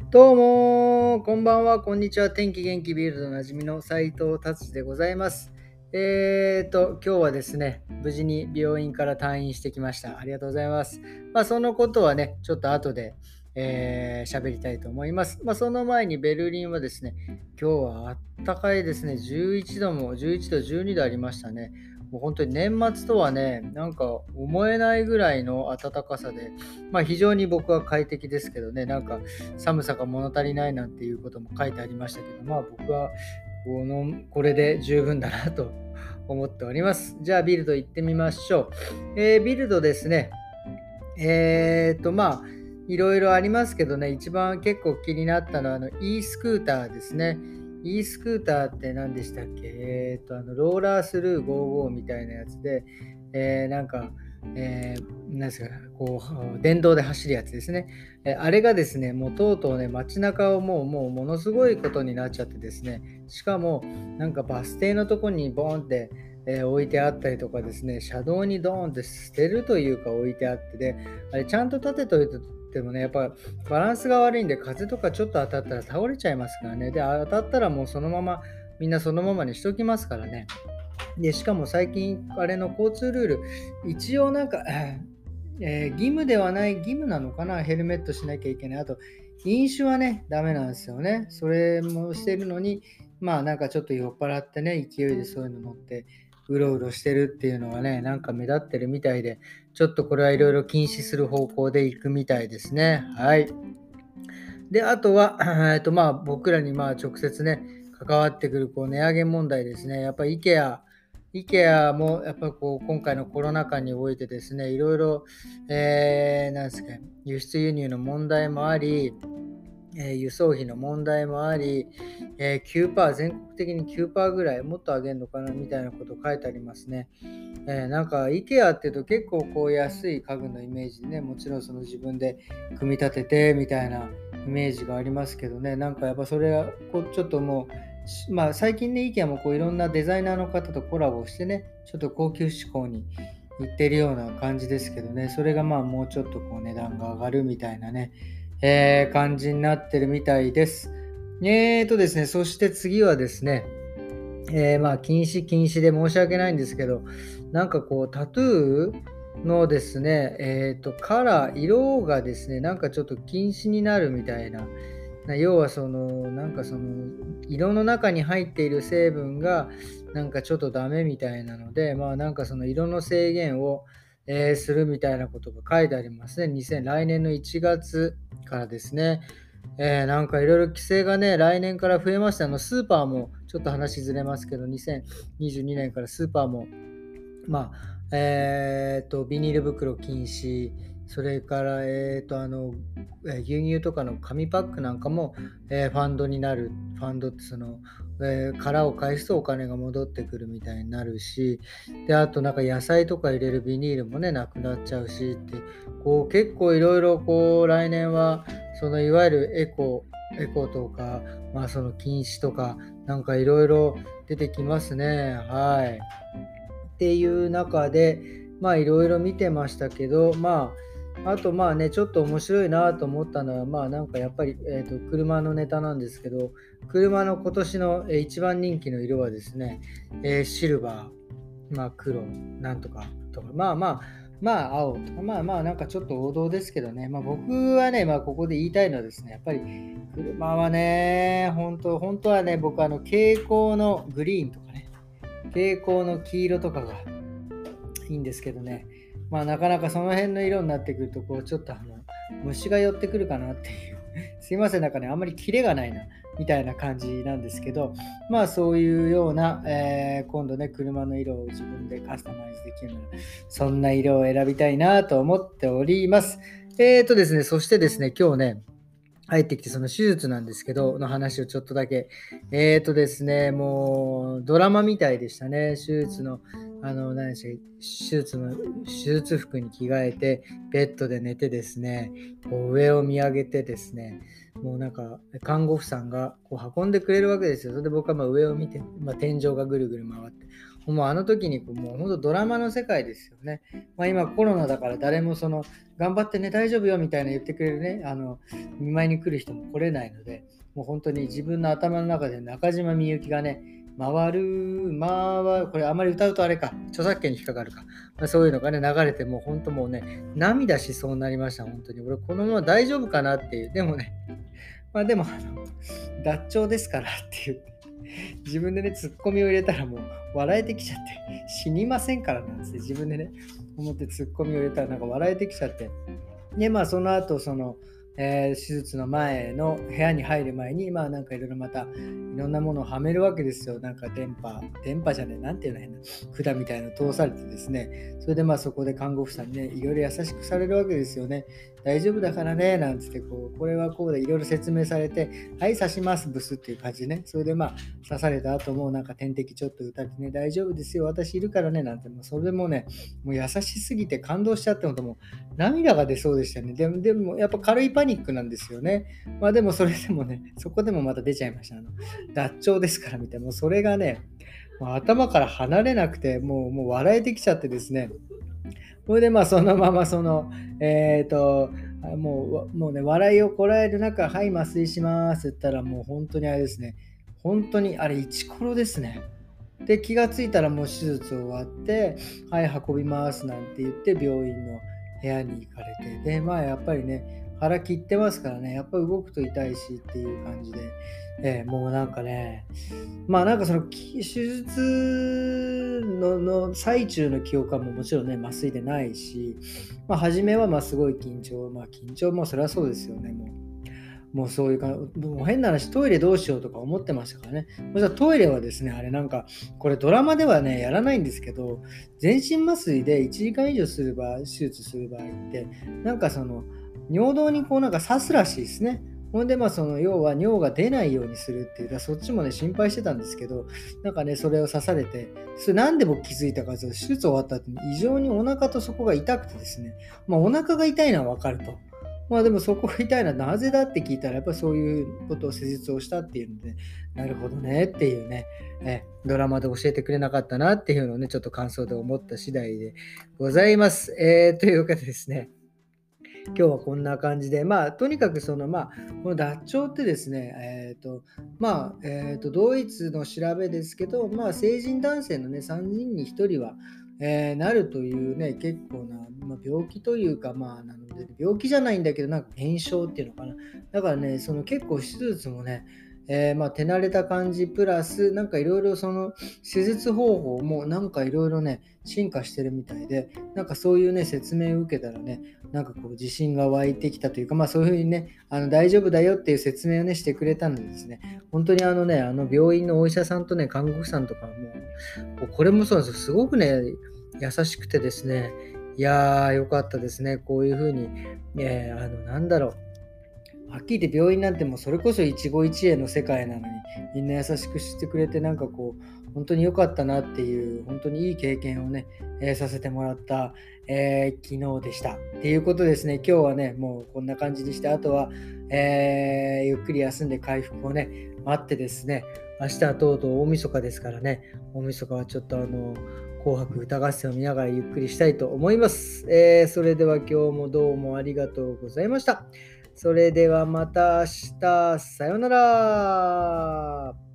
どうもこんばんは、こんにちは。天気元気ビルドおなじみの斉藤達治でございます。今日はですね、無事に病院から退院してきました。ありがとうございます。そのことはね、ちょっと後で、喋りたいと思います。その前にベルリンはですね、今日はあったかいですね。11度も、11度、12度ありましたね。もう本当に年末とはね、なんか思えないぐらいの暖かさで、非常に僕は快適ですけどね、なんか寒さが物足りないなんていうことも書いてありましたけど、僕はこれで十分だなと思っております。じゃあビルド行ってみましょう。ビルドですね。いろいろありますけどね、一番結構気になったのはe スクーターですね。e スクーターって何でしたっけ？ローラースルー55みたいなやつで、なんか、なんですか、こう、電動で走るやつですね。あれがですね、もうとうとうね、街中をもうものすごいことになっちゃってですね、しかも、なんかバス停のとこにボーンって、置いてあったりとかですね、車道にドーンって捨てるというか置いてあってで、あれちゃんと立てといてもね、やっぱバランスが悪いんで、風とかちょっと当たったら倒れちゃいますからね。で、当たったらもうそのまま、みんなそのままにしときますからね。で、しかも最近、あれの交通ルール、一応なんか、義務ではない、義務なのかな、ヘルメットしなきゃいけない。あと、飲酒はね、ダメなんですよね。それもしてるのに、なんかちょっと酔っ払ってね、勢いでそういうの乗って、うろうろしてるっていうのがね、なんか目立ってるみたいで、ちょっとこれはいろいろ禁止する方向で行くみたいですね。はい。で、あとは、僕らに直接ね、関わってくる値上げ問題ですね。やっぱり IKEA もやっぱり今回のコロナ禍においてですね、いろいろ、なんですか、輸出輸入の問題もあり、輸送費の問題もあり、9%、全国的に9%ぐらい、もっと上げるのかなみたいなこと書いてありますね。なんか IKEA っていうと結構安い家具のイメージでね、もちろんその自分で組み立ててみたいなイメージがありますけどね、なんかやっぱそれはちょっともう、最近ね、IKEA もいろんなデザイナーの方とコラボしてね、ちょっと高級志向に行ってるような感じですけどね、それがもうちょっと値段が上がるみたいなね、感じになってるみたいです。ですね、そして次はですね、禁止で申し訳ないんですけど、なんかタトゥーのですね、カラー、色がですね、なんかちょっと禁止になるみたいな、要はなんか色の中に入っている成分が、なんかちょっとダメみたいなので、なんかその色の制限を、するみたいなことが書いてありますね。来年の1月からですね。なんかいろいろ規制がね、来年から増えました。スーパーも、ちょっと話ずれますけど、2022年からスーパーも、ビニール袋禁止、それから、牛乳とかの紙パックなんかも、ファンドになる。ファンドって殻を返すとお金が戻ってくるみたいになるし、で、あとなんか野菜とか入れるビニールもね、なくなっちゃうしって、結構いろいろ来年は、いわゆるエコとか、その禁止とか、なんかいろいろ出てきますね。はい。っていう中で、いろいろ見てましたけど、あとね、ちょっと面白いなと思ったのは、なんかやっぱり、車のネタなんですけど、車の今年の、一番人気の色はですね、シルバー、黒、なんとかとか、青とか、なんかちょっと王道ですけどね、僕はね、ここで言いたいのはですね、やっぱり車はね、本当はね、僕蛍光のグリーンとかね、蛍光の黄色とかがいいんですけどね。なかなかその辺の色になってくると、ちょっと虫が寄ってくるかなっていう。すいません、なんかね、あんまりキレがないな、みたいな感じなんですけど、そういうような、今度ね、車の色を自分でカスタマイズできるので、そんな色を選びたいなと思っております。ですね、そしてですね、今日ね、入ってきて、その手術なんですけど、の話をちょっとだけ。ですね、もうドラマみたいでしたね。手術の、何でしたっけ、手術服に着替えて、ベッドで寝てですね、上を見上げてですね、もうなんか、看護婦さんが運んでくれるわけですよ。それで僕は上を見て、天井がぐるぐる回って、 もうあの時にもう本当ドラマの世界ですよね。今コロナだから誰も頑張ってね大丈夫よみたいな言ってくれるね、見舞いに来る人も来れないので、もう本当に自分の頭の中で中島みゆきがね、回る、回る、これあまり歌うとあれか、著作権に引っかかるか。そういうのがね、流れて、もう本当もうね、涙しそうになりました、本当に。俺、このまま大丈夫かなっていう。でもね、でも、脱腸ですからっていう。自分でね、ツッコミを入れたらもう笑えてきちゃって、死にませんからなんですね。自分でね、思ってツッコミを入れたらなんか笑えてきちゃって。で、その後、手術の前の部屋に入る前に、なんかいろいろまた、いろんなものをはめるわけですよ。なんか電波じゃねえ、なんていうの変な、管みたいなの通されてですね、それでそこで看護婦さんにね、いろいろ優しくされるわけですよね。大丈夫だからね、なんつって、これはこうでいろいろ説明されて、はい、刺します、ブスっていう感じでね。それで刺された後もなんか点滴ちょっと打たれてね、大丈夫ですよ、私いるからね、なんて、それでもね、もう優しすぎて感動しちゃって、もう涙が出そうでしたね。でもやっぱ軽いパニックなんですよね。でもそれでもね、そこでもまた出ちゃいました。脱腸ですからみたいな、もうそれがね、もう頭から離れなくて、もう笑えてきちゃってですね。それでそのままもうね、笑いをこらえる中、はい、麻酔しますって言ったら、もう本当にあれですね、本当にあれ、イチコロですね。で、気がついたらもう手術終わって、はい、運びますなんて言って病院の部屋に行かれて、で、やっぱりね、腹切ってますからね、やっぱ動くと痛いしっていう感じで、もうなんかね、なんか手術の最中の記憶はもちろんね、麻酔でないし、初めはすごい緊張、緊張もそれはそうですよね、もうそういうか、もう変な話、トイレどうしようとか思ってましたからね。そしたらトイレはですね、あれなんか、これドラマではね、やらないんですけど、全身麻酔で1時間以上手術する場合って、なんか尿道になんか刺すらしいですね。ほんで、要は尿が出ないようにするっていう、そっちもね、心配してたんですけど、なんかね、それを刺されて、それなんで僕気づいたかというと、手術終わった後に異常にお腹とそこが痛くてですね、お腹が痛いのはわかると。でもそこが痛いのはなぜだって聞いたら、やっぱりそういうことを施術をしたっていうので、なるほどねっていうね、ドラマで教えてくれなかったなっていうのをね、ちょっと感想で思った次第でございます。というわけでですね、今日はこんな感じで、とにかくこの脱腸ってですね、ドイツの調べですけど、成人男性のね、3人に1人は、なるというね、結構な、病気というか、なので、病気じゃないんだけど、なんか炎症っていうのかな。だからね、結構手術もね、手慣れた感じプラスなんかいろいろ手術方法もなんかいろいろね進化してるみたいで、なんかそういうね説明を受けたらね、なんか自信が湧いてきたというか、そういうふうにね大丈夫だよっていう説明をねしてくれたのでですね、本当に病院のお医者さんとね看護婦さんとかもこれもそうなんですよ、すごくね優しくてですね、いやーよかったですね、こういうふうに、なんだろう、はっきり言って病院なんてもうそれこそ一期一会の世界なのに、みんな優しくしてくれて、なんか本当に良かったなっていう、本当にいい経験をね、させてもらった、昨日でした。っていうことですね、今日はね、もうこんな感じにして、あとは、ゆっくり休んで回復をね、待ってですね、明日はとうとう大晦日ですからね、大晦日はちょっと紅白歌合戦を見ながらゆっくりしたいと思います。それでは今日もどうもありがとうございました。それではまた明日、さようなら。